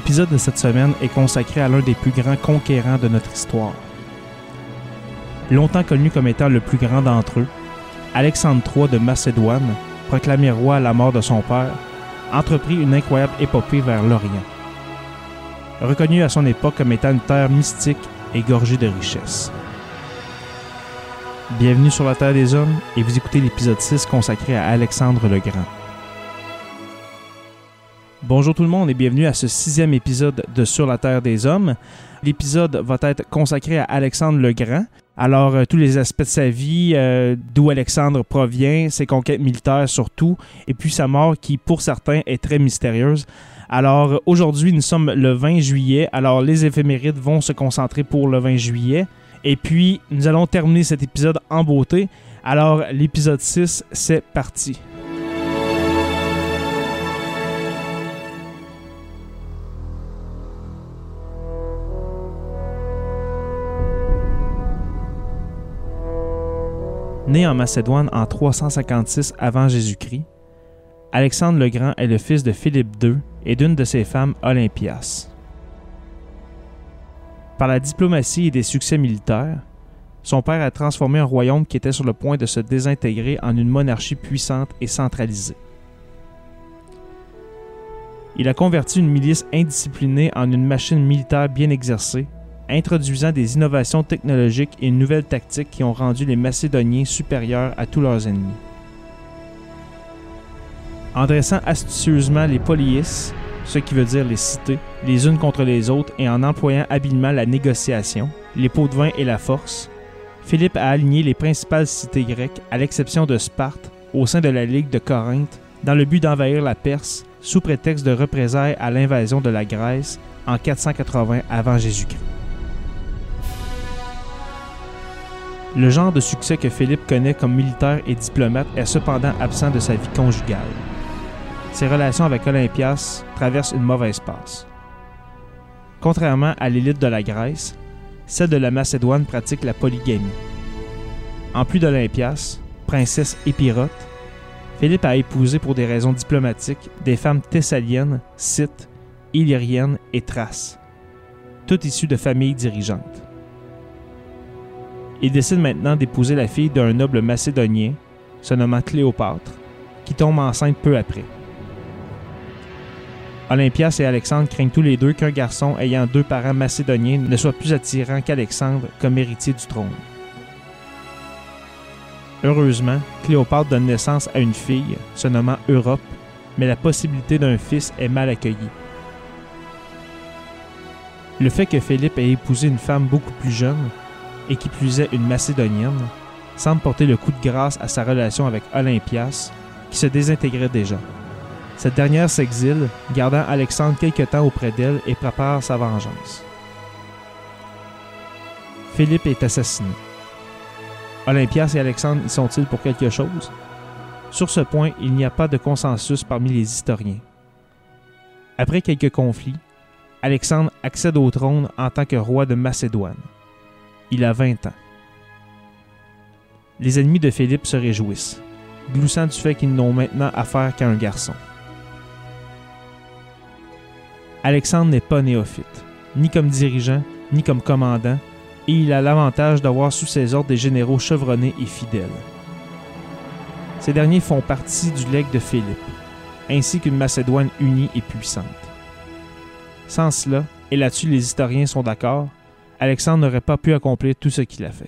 L'épisode de cette semaine est consacré à l'un des plus grands conquérants de notre histoire. Longtemps connu comme étant le plus grand d'entre eux, Alexandre III de Macédoine, proclamé roi à la mort de son père, entreprit une incroyable épopée vers l'Orient. Reconnu à son époque comme étant une terre mystique et gorgée de richesses. Bienvenue sur la Terre des Hommes et vous écoutez l'épisode 6 consacré à Alexandre le Grand. Bonjour tout le monde et bienvenue à ce 6e épisode de Sur la Terre des Hommes. L'épisode va être consacré à Alexandre le Grand. Alors, tous les aspects de sa vie, d'où Alexandre provient, ses conquêtes militaires surtout, et puis sa mort qui, pour certains, est très mystérieuse. Alors, aujourd'hui, nous sommes le 20 juillet. Alors, les éphémérides vont se concentrer pour le 20 juillet. Et puis, nous allons terminer cet épisode en beauté. Alors, l'épisode 6, c'est parti. Né en Macédoine en 356 avant Jésus-Christ, Alexandre le Grand est le fils de Philippe II et d'une de ses femmes, Olympias. Par la diplomatie et des succès militaires, son père a transformé un royaume qui était sur le point de se désintégrer en une monarchie puissante et centralisée. Il a converti une milice indisciplinée en une machine militaire bien exercée, introduisant des innovations technologiques et une nouvelle tactique qui ont rendu les Macédoniens supérieurs à tous leurs ennemis. En dressant astucieusement les polices, ce qui veut dire les cités, les unes contre les autres et en employant habilement la négociation, les pots de vin et la force, Philippe a aligné les principales cités grecques, à l'exception de Sparte, au sein de la Ligue de Corinthe, dans le but d'envahir la Perse sous prétexte de représailles à l'invasion de la Grèce en 480 avant Jésus-Christ. Le genre de succès que Philippe connaît comme militaire et diplomate est cependant absent de sa vie conjugale. Ses relations avec Olympias traversent une mauvaise passe. Contrairement à l'élite de la Grèce, celle de la Macédoine pratique la polygamie. En plus d'Olympias, princesse épirote, Philippe a épousé pour des raisons diplomatiques des femmes thessaliennes, scythes, illyriennes et thraces, toutes issues de familles dirigeantes. Il décide maintenant d'épouser la fille d'un noble macédonien, se nommant Cléopâtre, qui tombe enceinte peu après. Olympias et Alexandre craignent tous les deux qu'un garçon ayant deux parents macédoniens ne soit plus attirant qu'Alexandre comme héritier du trône. Heureusement, Cléopâtre donne naissance à une fille, se nommant Europe, mais la possibilité d'un fils est mal accueillie. Le fait que Philippe ait épousé une femme beaucoup plus jeune, et qui plus est une Macédonienne, semble porter le coup de grâce à sa relation avec Olympias, qui se désintégrait déjà. Cette dernière s'exile, gardant Alexandre quelque temps auprès d'elle et prépare sa vengeance. Philippe est assassiné. Olympias et Alexandre y sont-ils pour quelque chose? Sur ce point, il n'y a pas de consensus parmi les historiens. Après quelques conflits, Alexandre accède au trône en tant que roi de Macédoine. Il a 20 ans. Les ennemis de Philippe se réjouissent, gloussant du fait qu'ils n'ont maintenant affaire qu'à un garçon. Alexandre n'est pas néophyte, ni comme dirigeant, ni comme commandant, et il a l'avantage d'avoir sous ses ordres des généraux chevronnés et fidèles. Ces derniers font partie du legs de Philippe, ainsi qu'une Macédoine unie et puissante. Sans cela, et là-dessus les historiens sont d'accord, Alexandre n'aurait pas pu accomplir tout ce qu'il a fait.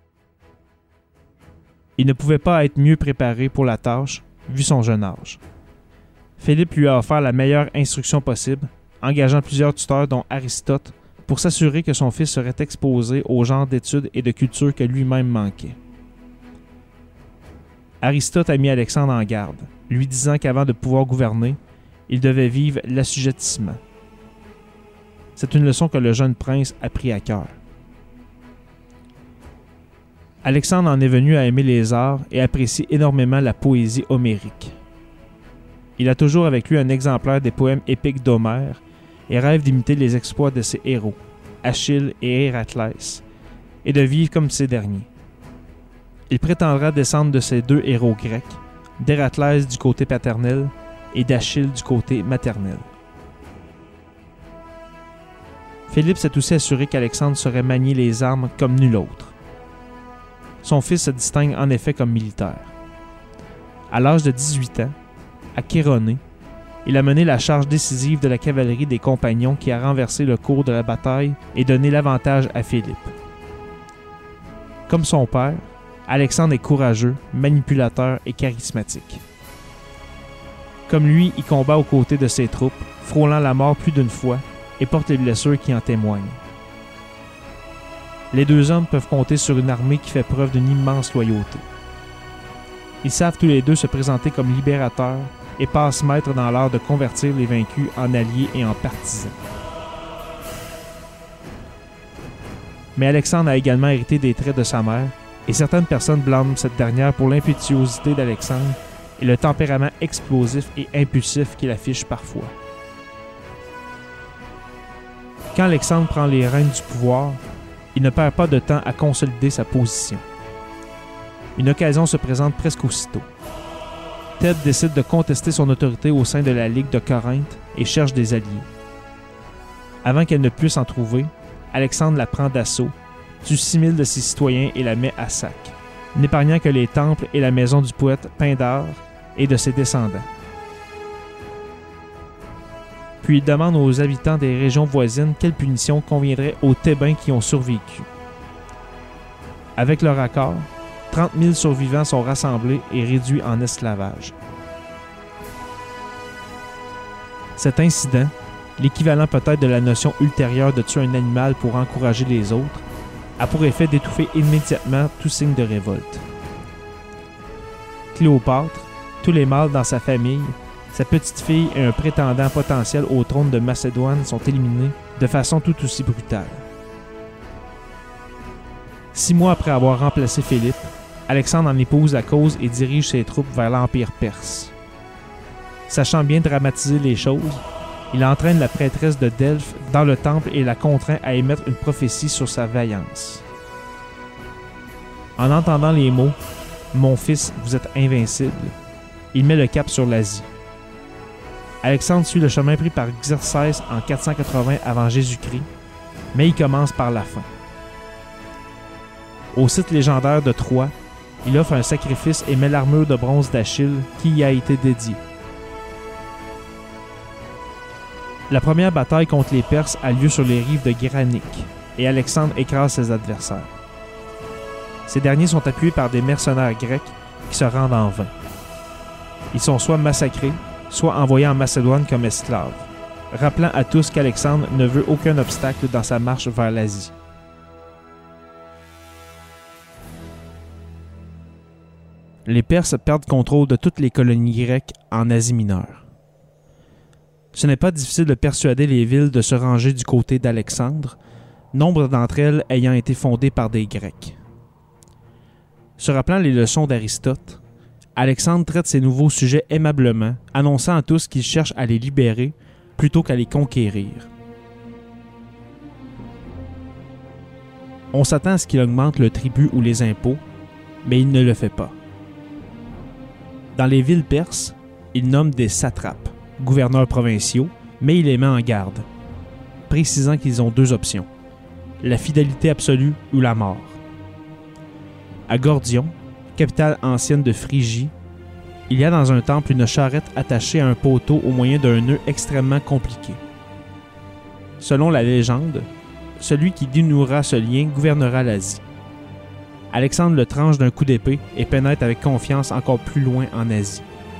Il ne pouvait pas être mieux préparé pour la tâche, vu son jeune âge. Philippe lui a offert la meilleure instruction possible, engageant plusieurs tuteurs dont Aristote, pour s'assurer que son fils serait exposé au genre d'études et de culture que lui-même manquait. Aristote a mis Alexandre en garde, lui disant qu'avant de pouvoir gouverner, il devait vivre l'assujettissement. C'est une leçon que le jeune prince a pris à cœur. Alexandre en est venu à aimer les arts et apprécie énormément la poésie homérique. Il a toujours avec lui un exemplaire des poèmes épiques d'Homère et rêve d'imiter les exploits de ses héros, Achille et Héraclès, et de vivre comme ces derniers. Il prétendra descendre de ces deux héros grecs, d'Héraclès du côté paternel et d'Achille du côté maternel. Philippe s'est aussi assuré qu'Alexandre saurait manier les armes comme nul autre. Son fils se distingue en effet comme militaire. À l'âge de 18 ans, à Chéronée, il a mené la charge décisive de la cavalerie des compagnons qui a renversé le cours de la bataille et donné l'avantage à Philippe. Comme son père, Alexandre est courageux, manipulateur et charismatique. Comme lui, il combat aux côtés de ses troupes, frôlant la mort plus d'une fois et porte les blessures qui en témoignent. Les deux hommes peuvent compter sur une armée qui fait preuve d'une immense loyauté. Ils savent tous les deux se présenter comme libérateurs et passent maître dans l'art de convertir les vaincus en alliés et en partisans. Mais Alexandre a également hérité des traits de sa mère, et certaines personnes blâment cette dernière pour l'impétuosité d'Alexandre et le tempérament explosif et impulsif qu'il affiche parfois. Quand Alexandre prend les rênes du pouvoir, il ne perd pas de temps à consolider sa position. Une occasion se présente presque aussitôt. Thèbes décide de contester son autorité au sein de la Ligue de Corinthe et cherche des alliés. Avant qu'elle ne puisse en trouver, Alexandre la prend d'assaut, tue 6000 de ses citoyens et la met à sac, n'épargnant que les temples et la maison du poète Pindare et de ses descendants. Puis il demande aux habitants des régions voisines quelle punition conviendrait aux Thébains qui ont survécu. Avec leur accord, 30 000 survivants sont rassemblés et réduits en esclavage. Cet incident, l'équivalent peut-être de la notion ultérieure de tuer un animal pour encourager les autres, a pour effet d'étouffer immédiatement tout signe de révolte. Cléopâtre, tous les mâles dans sa famille, sa petite-fille et un prétendant potentiel au trône de Macédoine sont éliminés de façon tout aussi brutale. 6 mois après avoir remplacé Philippe, Alexandre en épouse la cause et dirige ses troupes vers l'Empire perse. Sachant bien dramatiser les choses, il entraîne la prêtresse de Delphes dans le temple et la contraint à émettre une prophétie sur sa vaillance. En entendant les mots « Mon fils, vous êtes invincible », il met le cap sur l'Asie. Alexandre suit le chemin pris par Xerxès en 480 avant Jésus-Christ, mais il commence par la fin. Au site légendaire de Troie, il offre un sacrifice et met l'armure de bronze d'Achille qui y a été dédiée. La première bataille contre les Perses a lieu sur les rives de Granique et Alexandre écrase ses adversaires. Ces derniers sont appuyés par des mercenaires grecs qui se rendent en vain. Ils sont soit massacrés, soit envoyés en Macédoine comme esclaves, rappelant à tous qu'Alexandre ne veut aucun obstacle dans sa marche vers l'Asie. Les Perses perdent contrôle de toutes les colonies grecques en Asie mineure. Ce n'est pas difficile de persuader les villes de se ranger du côté d'Alexandre, nombre d'entre elles ayant été fondées par des Grecs. Se rappelant les leçons d'Aristote, Alexandre traite ses nouveaux sujets aimablement, annonçant à tous qu'il cherche à les libérer plutôt qu'à les conquérir. On s'attend à ce qu'il augmente le tribut ou les impôts, mais il ne le fait pas. Dans les villes perses, il nomme des satrapes, gouverneurs provinciaux, mais il les met en garde, précisant qu'ils ont 2 options, la fidélité absolue ou la mort. À Gordion, capitale ancienne de Phrygie, il y a dans un temple une charrette attachée à un poteau au moyen d'un nœud extrêmement compliqué. Selon la légende, celui qui dénouera ce lien gouvernera l'Asie. Alexandre le tranche d'un coup d'épée et pénètre avec confiance encore plus loin en Asie.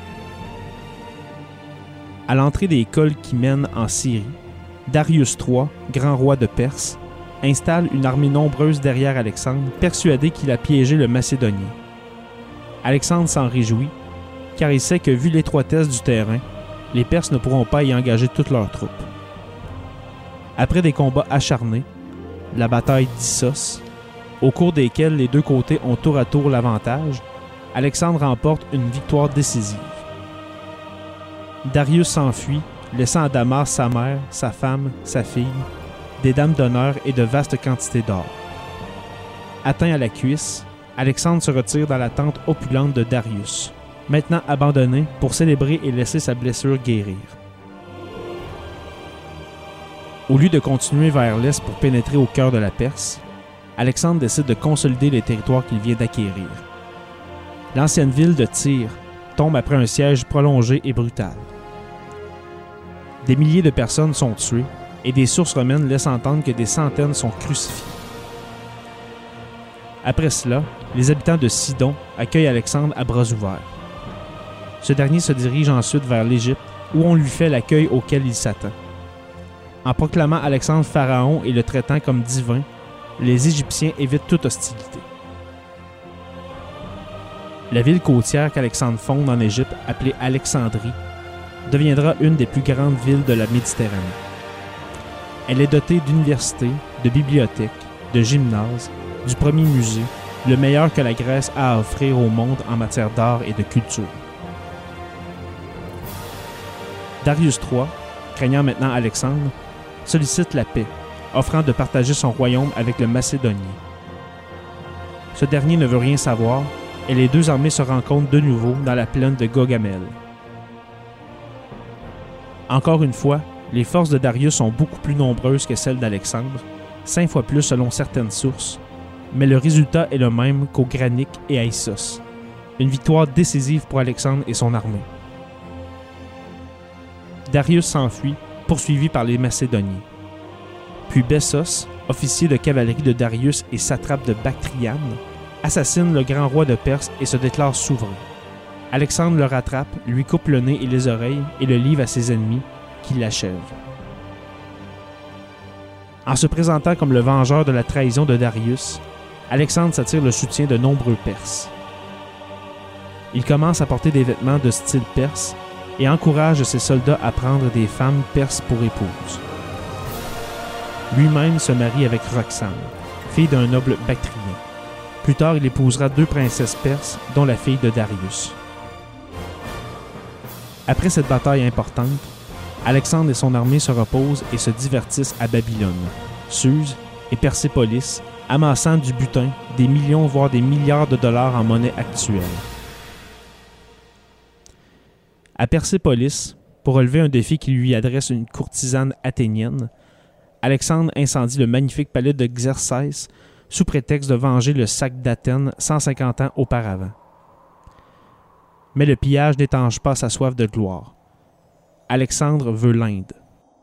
À l'entrée des cols qui mènent en Syrie, Darius III, grand roi de Perse, installe une armée nombreuse derrière Alexandre, persuadé qu'il a piégé le Macédonien. Alexandre s'en réjouit, car il sait que vu l'étroitesse du terrain, les Perses ne pourront pas y engager toutes leurs troupes. Après des combats acharnés, la bataille d'Issos, au cours desquels les 2 côtés ont tour à tour l'avantage, Alexandre remporte une victoire décisive. Darius s'enfuit, laissant à Damas sa mère, sa femme, sa fille, des dames d'honneur et de vastes quantités d'or. Atteint à la cuisse, Alexandre se retire dans la tente opulente de Darius, maintenant abandonné, pour célébrer et laisser sa blessure guérir. Au lieu de continuer vers l'est pour pénétrer au cœur de la Perse, Alexandre décide de consolider les territoires qu'il vient d'acquérir. L'ancienne ville de Tyr tombe après un siège prolongé et brutal. Des milliers de personnes sont tuées et des sources romaines laissent entendre que des centaines sont crucifiées. Après cela, les habitants de Sidon accueillent Alexandre à bras ouverts. Ce dernier se dirige ensuite vers l'Égypte où on lui fait l'accueil auquel il s'attend. En proclamant Alexandre pharaon et le traitant comme divin, les Égyptiens évitent toute hostilité. La ville côtière qu'Alexandre fonde en Égypte, appelée Alexandrie, deviendra une des plus grandes villes de la Méditerranée. Elle est dotée d'universités, de bibliothèques, de gymnases, du premier musée, le meilleur que la Grèce a à offrir au monde en matière d'art et de culture. Darius III, craignant maintenant Alexandre, sollicite la paix, offrant de partager son royaume avec le Macédonien. Ce dernier ne veut rien savoir et les deux armées se rencontrent de nouveau dans la plaine de Gaugamel. Encore une fois, les forces de Darius sont beaucoup plus nombreuses que celles d'Alexandre, 5 fois plus selon certaines sources, mais le résultat est le même qu'au Granique et à Issos, une victoire décisive pour Alexandre et son armée. Darius s'enfuit, poursuivi par les Macédoniens. Puis Bessos, officier de cavalerie de Darius et satrape de Bactriane, assassine le grand roi de Perse et se déclare souverain. Alexandre le rattrape, lui coupe le nez et les oreilles et le livre à ses ennemis, qui l'achèvent. En se présentant comme le vengeur de la trahison de Darius, Alexandre s'attire le soutien de nombreux Perses. Il commence à porter des vêtements de style perse et encourage ses soldats à prendre des femmes perses pour épouses. Lui-même se marie avec Roxane, fille d'un noble bactrien. Plus tard, il épousera 2 princesses perses, dont la fille de Darius. Après cette bataille importante, Alexandre et son armée se reposent et se divertissent à Babylone, Suse et Persépolis, amassant du butin, des millions voire des milliards de dollars en monnaie actuelle. À Persépolis, pour relever un défi qui lui adresse une courtisane athénienne, Alexandre incendie le magnifique palais de Xerxès sous prétexte de venger le sac d'Athènes 150 ans auparavant. Mais le pillage n'étanche pas sa soif de gloire. Alexandre veut l'Inde.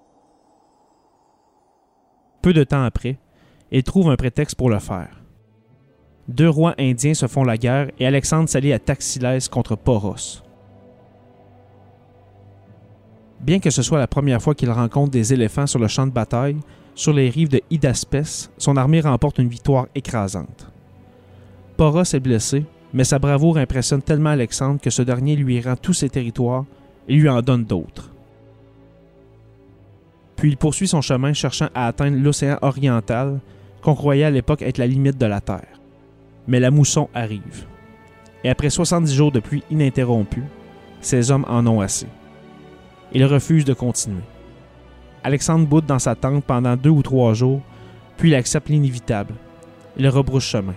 Peu de temps après, il trouve un prétexte pour le faire. 2 rois indiens se font la guerre et Alexandre s'allie à Taxilès contre Poros. Bien que ce soit la première fois qu'il rencontre des éléphants sur le champ de bataille, sur les rives de Hydaspès, son armée remporte une victoire écrasante. Poros est blessé, mais sa bravoure impressionne tellement Alexandre que ce dernier lui rend tous ses territoires et lui en donne d'autres. Puis il poursuit son chemin cherchant à atteindre l'océan oriental, qu'on croyait à l'époque être la limite de la Terre. Mais la mousson arrive. Et après 70 jours de pluie ininterrompue, ces hommes en ont assez. Ils refusent de continuer. Alexandre boude dans sa tente pendant 2 ou 3 jours, puis il accepte l'inévitable. Il rebrousse chemin.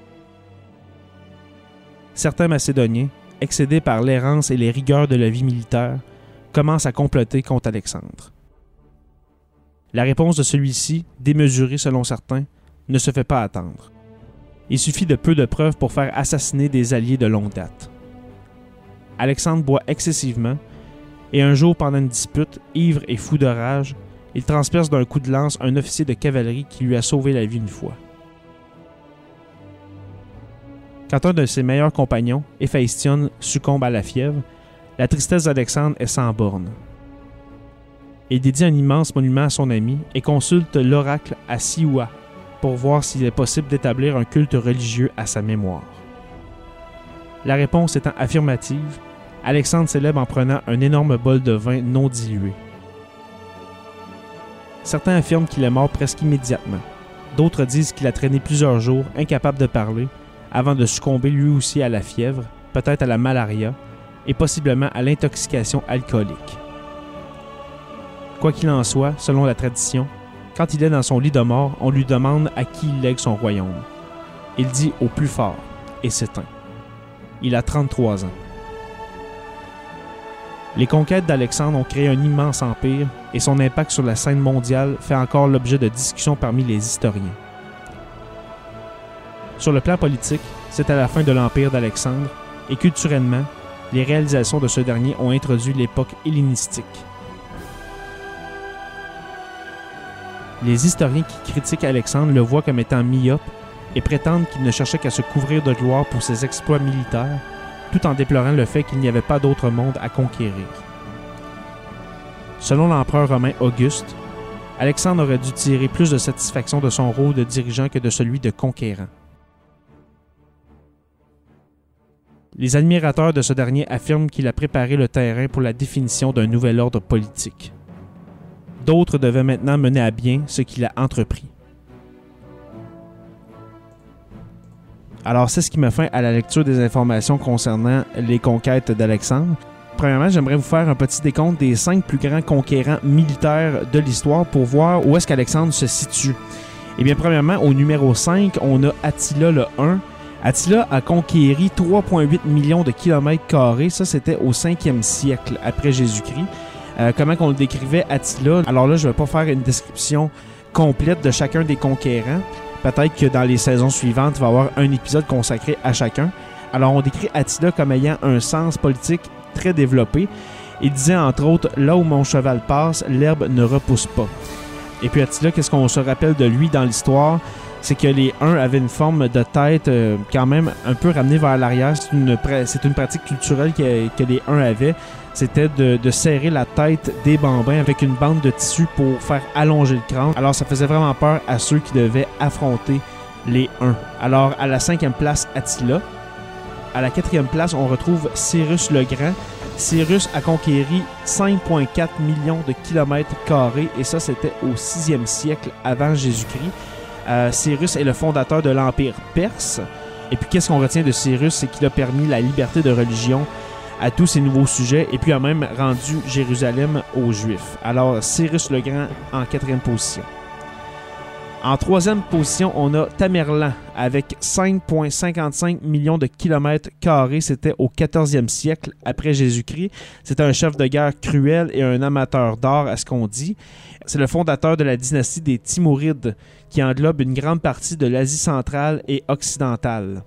Certains Macédoniens, excédés par l'errance et les rigueurs de la vie militaire, commencent à comploter contre Alexandre. La réponse de celui-ci, démesurée selon certains, ne se fait pas attendre. Il suffit de peu de preuves pour faire assassiner des alliés de longue date. Alexandre boit excessivement, et un jour, pendant une dispute, ivre et fou de rage, il transperce d'un coup de lance un officier de cavalerie qui lui a sauvé la vie une fois. Quand un de ses meilleurs compagnons, Héphaïstion, succombe à la fièvre, la tristesse d'Alexandre est sans borne. Il dédie un immense monument à son ami et consulte l'oracle à Siwa pour voir s'il est possible d'établir un culte religieux à sa mémoire. La réponse étant affirmative, Alexandre célèbre en prenant un énorme bol de vin non dilué. Certains affirment qu'il est mort presque immédiatement. D'autres disent qu'il a traîné plusieurs jours, incapable de parler, avant de succomber lui aussi à la fièvre, peut-être à la malaria, et possiblement à l'intoxication alcoolique. Quoi qu'il en soit, selon la tradition, quand il est dans son lit de mort, on lui demande à qui il lègue son royaume. Il dit au plus fort, et s'éteint. Il a 33 ans. Les conquêtes d'Alexandre ont créé un immense empire et son impact sur la scène mondiale fait encore l'objet de discussions parmi les historiens. Sur le plan politique, c'est à la fin de l'empire d'Alexandre et culturellement, les réalisations de ce dernier ont introduit l'époque hellénistique. Les historiens qui critiquent Alexandre le voient comme étant myope et prétendent qu'il ne cherchait qu'à se couvrir de gloire pour ses exploits militaires, tout en déplorant le fait qu'il n'y avait pas d'autre monde à conquérir. Selon l'empereur romain Auguste, Alexandre aurait dû tirer plus de satisfaction de son rôle de dirigeant que de celui de conquérant. Les admirateurs de ce dernier affirment qu'il a préparé le terrain pour la définition d'un nouvel ordre politique. D'autres devaient maintenant mener à bien ce qu'il a entrepris. Alors, c'est ce qui me fait à la lecture des informations concernant les conquêtes d'Alexandre. Premièrement, j'aimerais vous faire un petit décompte des 5 plus grands conquérants militaires de l'histoire pour voir où est-ce qu'Alexandre se situe. Eh bien, premièrement, au numéro 5, on a Attila le 1. Attila a conquéri 3,8 millions de kilomètres carrés. Ça, c'était au 5e siècle après Jésus-Christ. Comment on le décrivait, Attila? Alors là, je ne vais pas faire une description complète de chacun des conquérants. Peut-être que dans les saisons suivantes, il va y avoir un épisode consacré à chacun. Alors, on décrit Attila comme ayant un sens politique très développé. Il disait, entre autres, « Là où mon cheval passe, l'herbe ne repousse pas ». Et puis Attila, qu'est-ce qu'on se rappelle de lui dans l'histoire? C'est que les Huns avaient une forme de tête quand même un peu ramenée vers l'arrière. C'est une pratique culturelle que les Huns avaient. C'était de serrer la tête des bambins avec une bande de tissu pour faire allonger le crâne. Alors ça faisait vraiment peur à ceux qui devaient affronter les Huns. Alors à la 5e place, Attila. À la 4e place, on retrouve Cyrus le Grand. Cyrus a conquéri 5,4 millions de kilomètres carrés et ça c'était au 6e siècle avant Jésus-Christ. Cyrus est le fondateur de l'Empire perse. Et puis, qu'est-ce qu'on retient de Cyrus? C'est qu'il a permis la liberté de religion à tous ces nouveaux sujets et puis a même rendu Jérusalem aux Juifs. Alors, Cyrus le Grand en 4e position. En 3e position, on a Tamerlan avec 5,55 millions de kilomètres carrés. C'était au 14e siècle après Jésus-Christ. C'était un chef de guerre cruel et un amateur d'art à ce qu'on dit. C'est le fondateur de la dynastie des Timurides qui englobe une grande partie de l'Asie centrale et occidentale.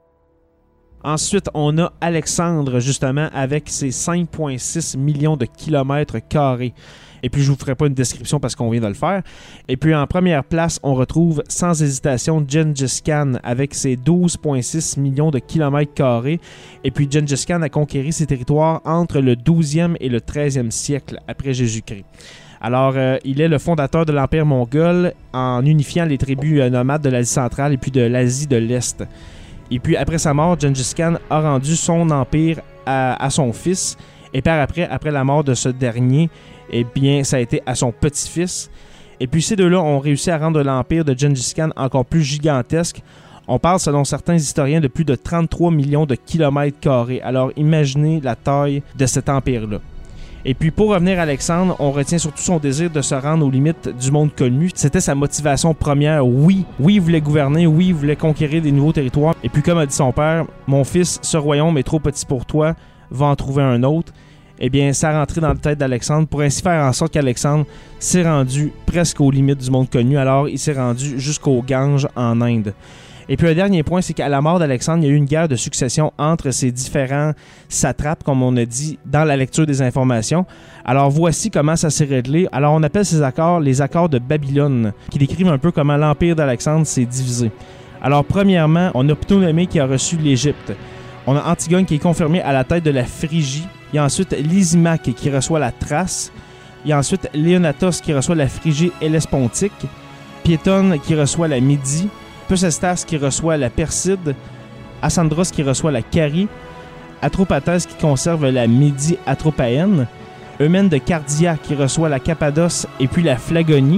Ensuite, on a Alexandre, justement, avec ses 5,6 millions de kilomètres carrés. Et puis, je ne vous ferai pas une description parce qu'on vient de le faire. Et puis, en première place, on retrouve sans hésitation Gengis Khan avec ses 12,6 millions de kilomètres carrés. Et puis, Gengis Khan a conquéri ses territoires entre le 12e et le 13e siècle après Jésus-Christ. Alors, il est le fondateur de l'Empire mongol en unifiant les tribus nomades de l'Asie centrale et puis de l'Asie de l'Est. Et puis, après sa mort, Gengis Khan a rendu son empire à son fils. Et par après la mort de ce dernier, eh bien, ça a été à son petit-fils. Et puis, ces deux-là ont réussi à rendre l'empire de Gengis Khan encore plus gigantesque. On parle, selon certains historiens, de plus de 33 millions de kilomètres carrés. Alors, imaginez la taille de cet empire-là. Et puis, pour revenir à Alexandre, on retient surtout son désir de se rendre aux limites du monde connu. C'était sa motivation première. Oui, il voulait gouverner. Oui, il voulait conquérir des nouveaux territoires. Et puis, comme a dit son père, « Mon fils, ce royaume est trop petit pour toi. Va en trouver un autre. » Eh bien, ça a rentré dans la tête d'Alexandre pour ainsi faire en sorte qu'Alexandre s'est rendu presque aux limites du monde connu. Alors, il s'est rendu jusqu'au Gange en Inde. Et puis un dernier point, c'est qu'à la mort d'Alexandre, il y a eu une guerre de succession entre ces différents satrapes, comme on a dit dans la lecture des informations. Alors voici comment ça s'est réglé. Alors on appelle ces accords les accords de Babylone, qui décrivent un peu comment l'empire d'Alexandre s'est divisé. Alors premièrement, on a Ptolémée qui a reçu l'Égypte. On a Antigone qui est confirmée à la tête de la Phrygie. Il y a ensuite Lysimaque qui reçoit la Thrace. Il y a ensuite Léonatos qui reçoit la Phrygie hellespontique. Piétone qui reçoit la Médie. Peucestas qui reçoit la Perside, Asandros qui reçoit la Carie, Atropatès qui conserve la Médie atropéenne, Eumène de Cardia qui reçoit la Cappadoce et puis la Phlégonie.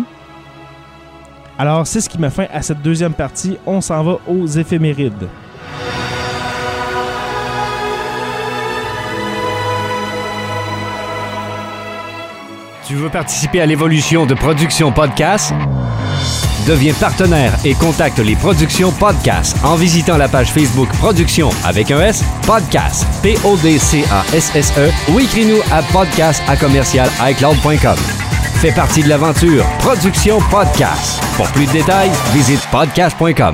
Alors, c'est ce qui met fin à cette deuxième partie. On s'en va aux éphémérides. Tu veux participer à l'évolution de Production Podcast? Deviens partenaire et contacte les Productions Podcast en visitant la page Facebook Productions avec un S, Podcast, P-O-D-C-A-S-S-E ou écris-nous à podcast@icloud.com. Fais partie de l'aventure Productions Podcast. Pour plus de détails, visite podcast.com.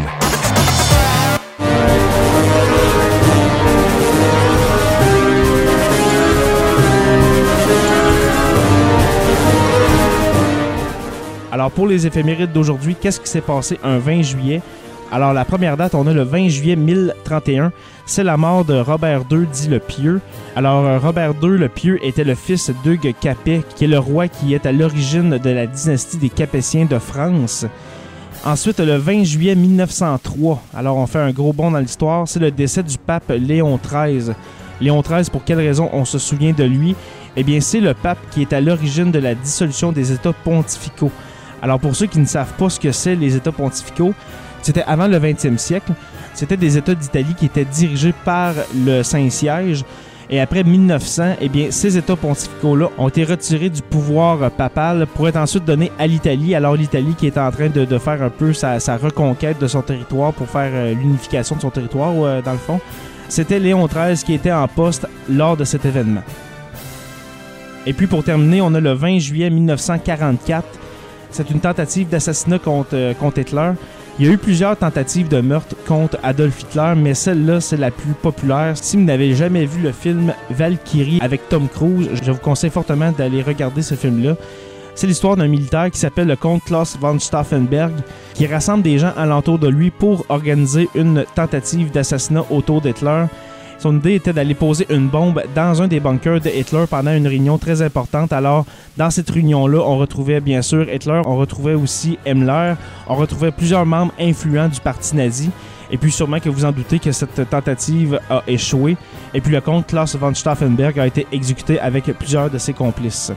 Alors, pour les éphémérides d'aujourd'hui, qu'est-ce qui s'est passé un 20 juillet? Alors, la première date, on a le 20 juillet 1031. C'est la mort de Robert II, dit le Pieux. Alors, Robert II le Pieux était le fils d'Hugues Capet, qui est le roi qui est à l'origine de la dynastie des Capétiens de France. Ensuite, le 20 juillet 1903. Alors, on fait un gros bond dans l'histoire. C'est le décès du pape Léon XIII. Léon XIII, pour quelle raison on se souvient de lui? Eh bien, c'est le pape qui est à l'origine de la dissolution des États pontificaux. Alors, pour ceux qui ne savent pas ce que c'est, les États pontificaux, c'était avant le 20e siècle. C'était des États d'Italie qui étaient dirigés par le Saint-Siège. Et après 1900, eh bien, ces États pontificaux-là ont été retirés du pouvoir papal pour être ensuite donnés à l'Italie. Alors, l'Italie qui est en train de faire un peu sa reconquête de son territoire pour faire l'unification de son territoire, dans le fond. C'était Léon XIII qui était en poste lors de cet événement. Et puis, pour terminer, on a le 20 juillet 1944. C'est une tentative d'assassinat contre Hitler. Il y a eu plusieurs tentatives de meurtre contre Adolf Hitler, mais celle-là, c'est la plus populaire. Si vous n'avez jamais vu le film Valkyrie avec Tom Cruise, je vous conseille fortement d'aller regarder ce film-là. C'est l'histoire d'un militaire qui s'appelle le comte Klaus von Stauffenberg, qui rassemble des gens alentour de lui pour organiser une tentative d'assassinat autour d'Hitler. Son idée était d'aller poser une bombe dans un des bunkers de Hitler pendant une réunion très importante. Alors, dans cette réunion-là, on retrouvait bien sûr Hitler, on retrouvait aussi Himmler, on retrouvait plusieurs membres influents du parti nazi. Et puis sûrement que vous en doutez que cette tentative a échoué. Et puis le comte Klaus von Stauffenberg a été exécuté avec plusieurs de ses complices.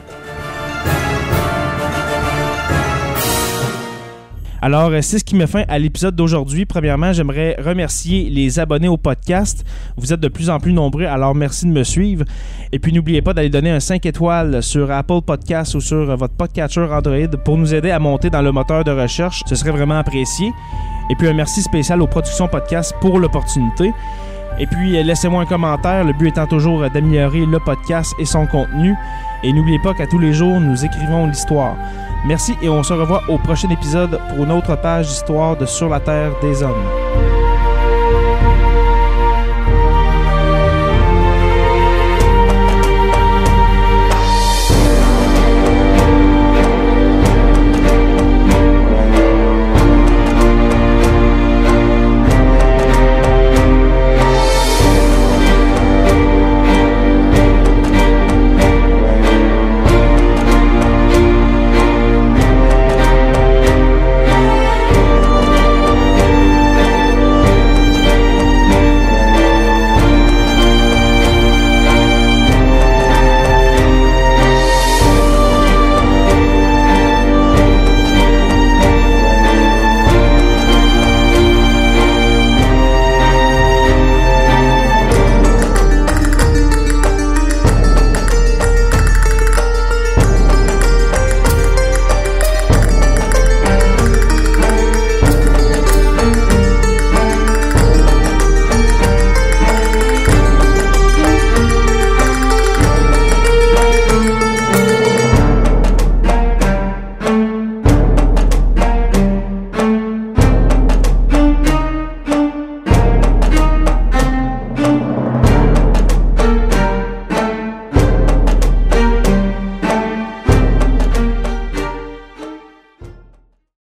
Alors, c'est ce qui met fin à l'épisode d'aujourd'hui. Premièrement, j'aimerais remercier les abonnés au podcast. Vous êtes de plus en plus nombreux, alors merci de me suivre. Et puis, n'oubliez pas d'aller donner un 5 étoiles sur Apple Podcasts ou sur votre podcatcher Android pour nous aider à monter dans le moteur de recherche. Ce serait vraiment apprécié. Et puis, un merci spécial aux Productions Podcast pour l'opportunité. Et puis, laissez-moi un commentaire. Le but étant toujours d'améliorer le podcast et son contenu. Et n'oubliez pas qu'à tous les jours, nous écrivons l'histoire. Merci et on se revoit au prochain épisode pour une autre page d'histoire de Sur la Terre des Hommes.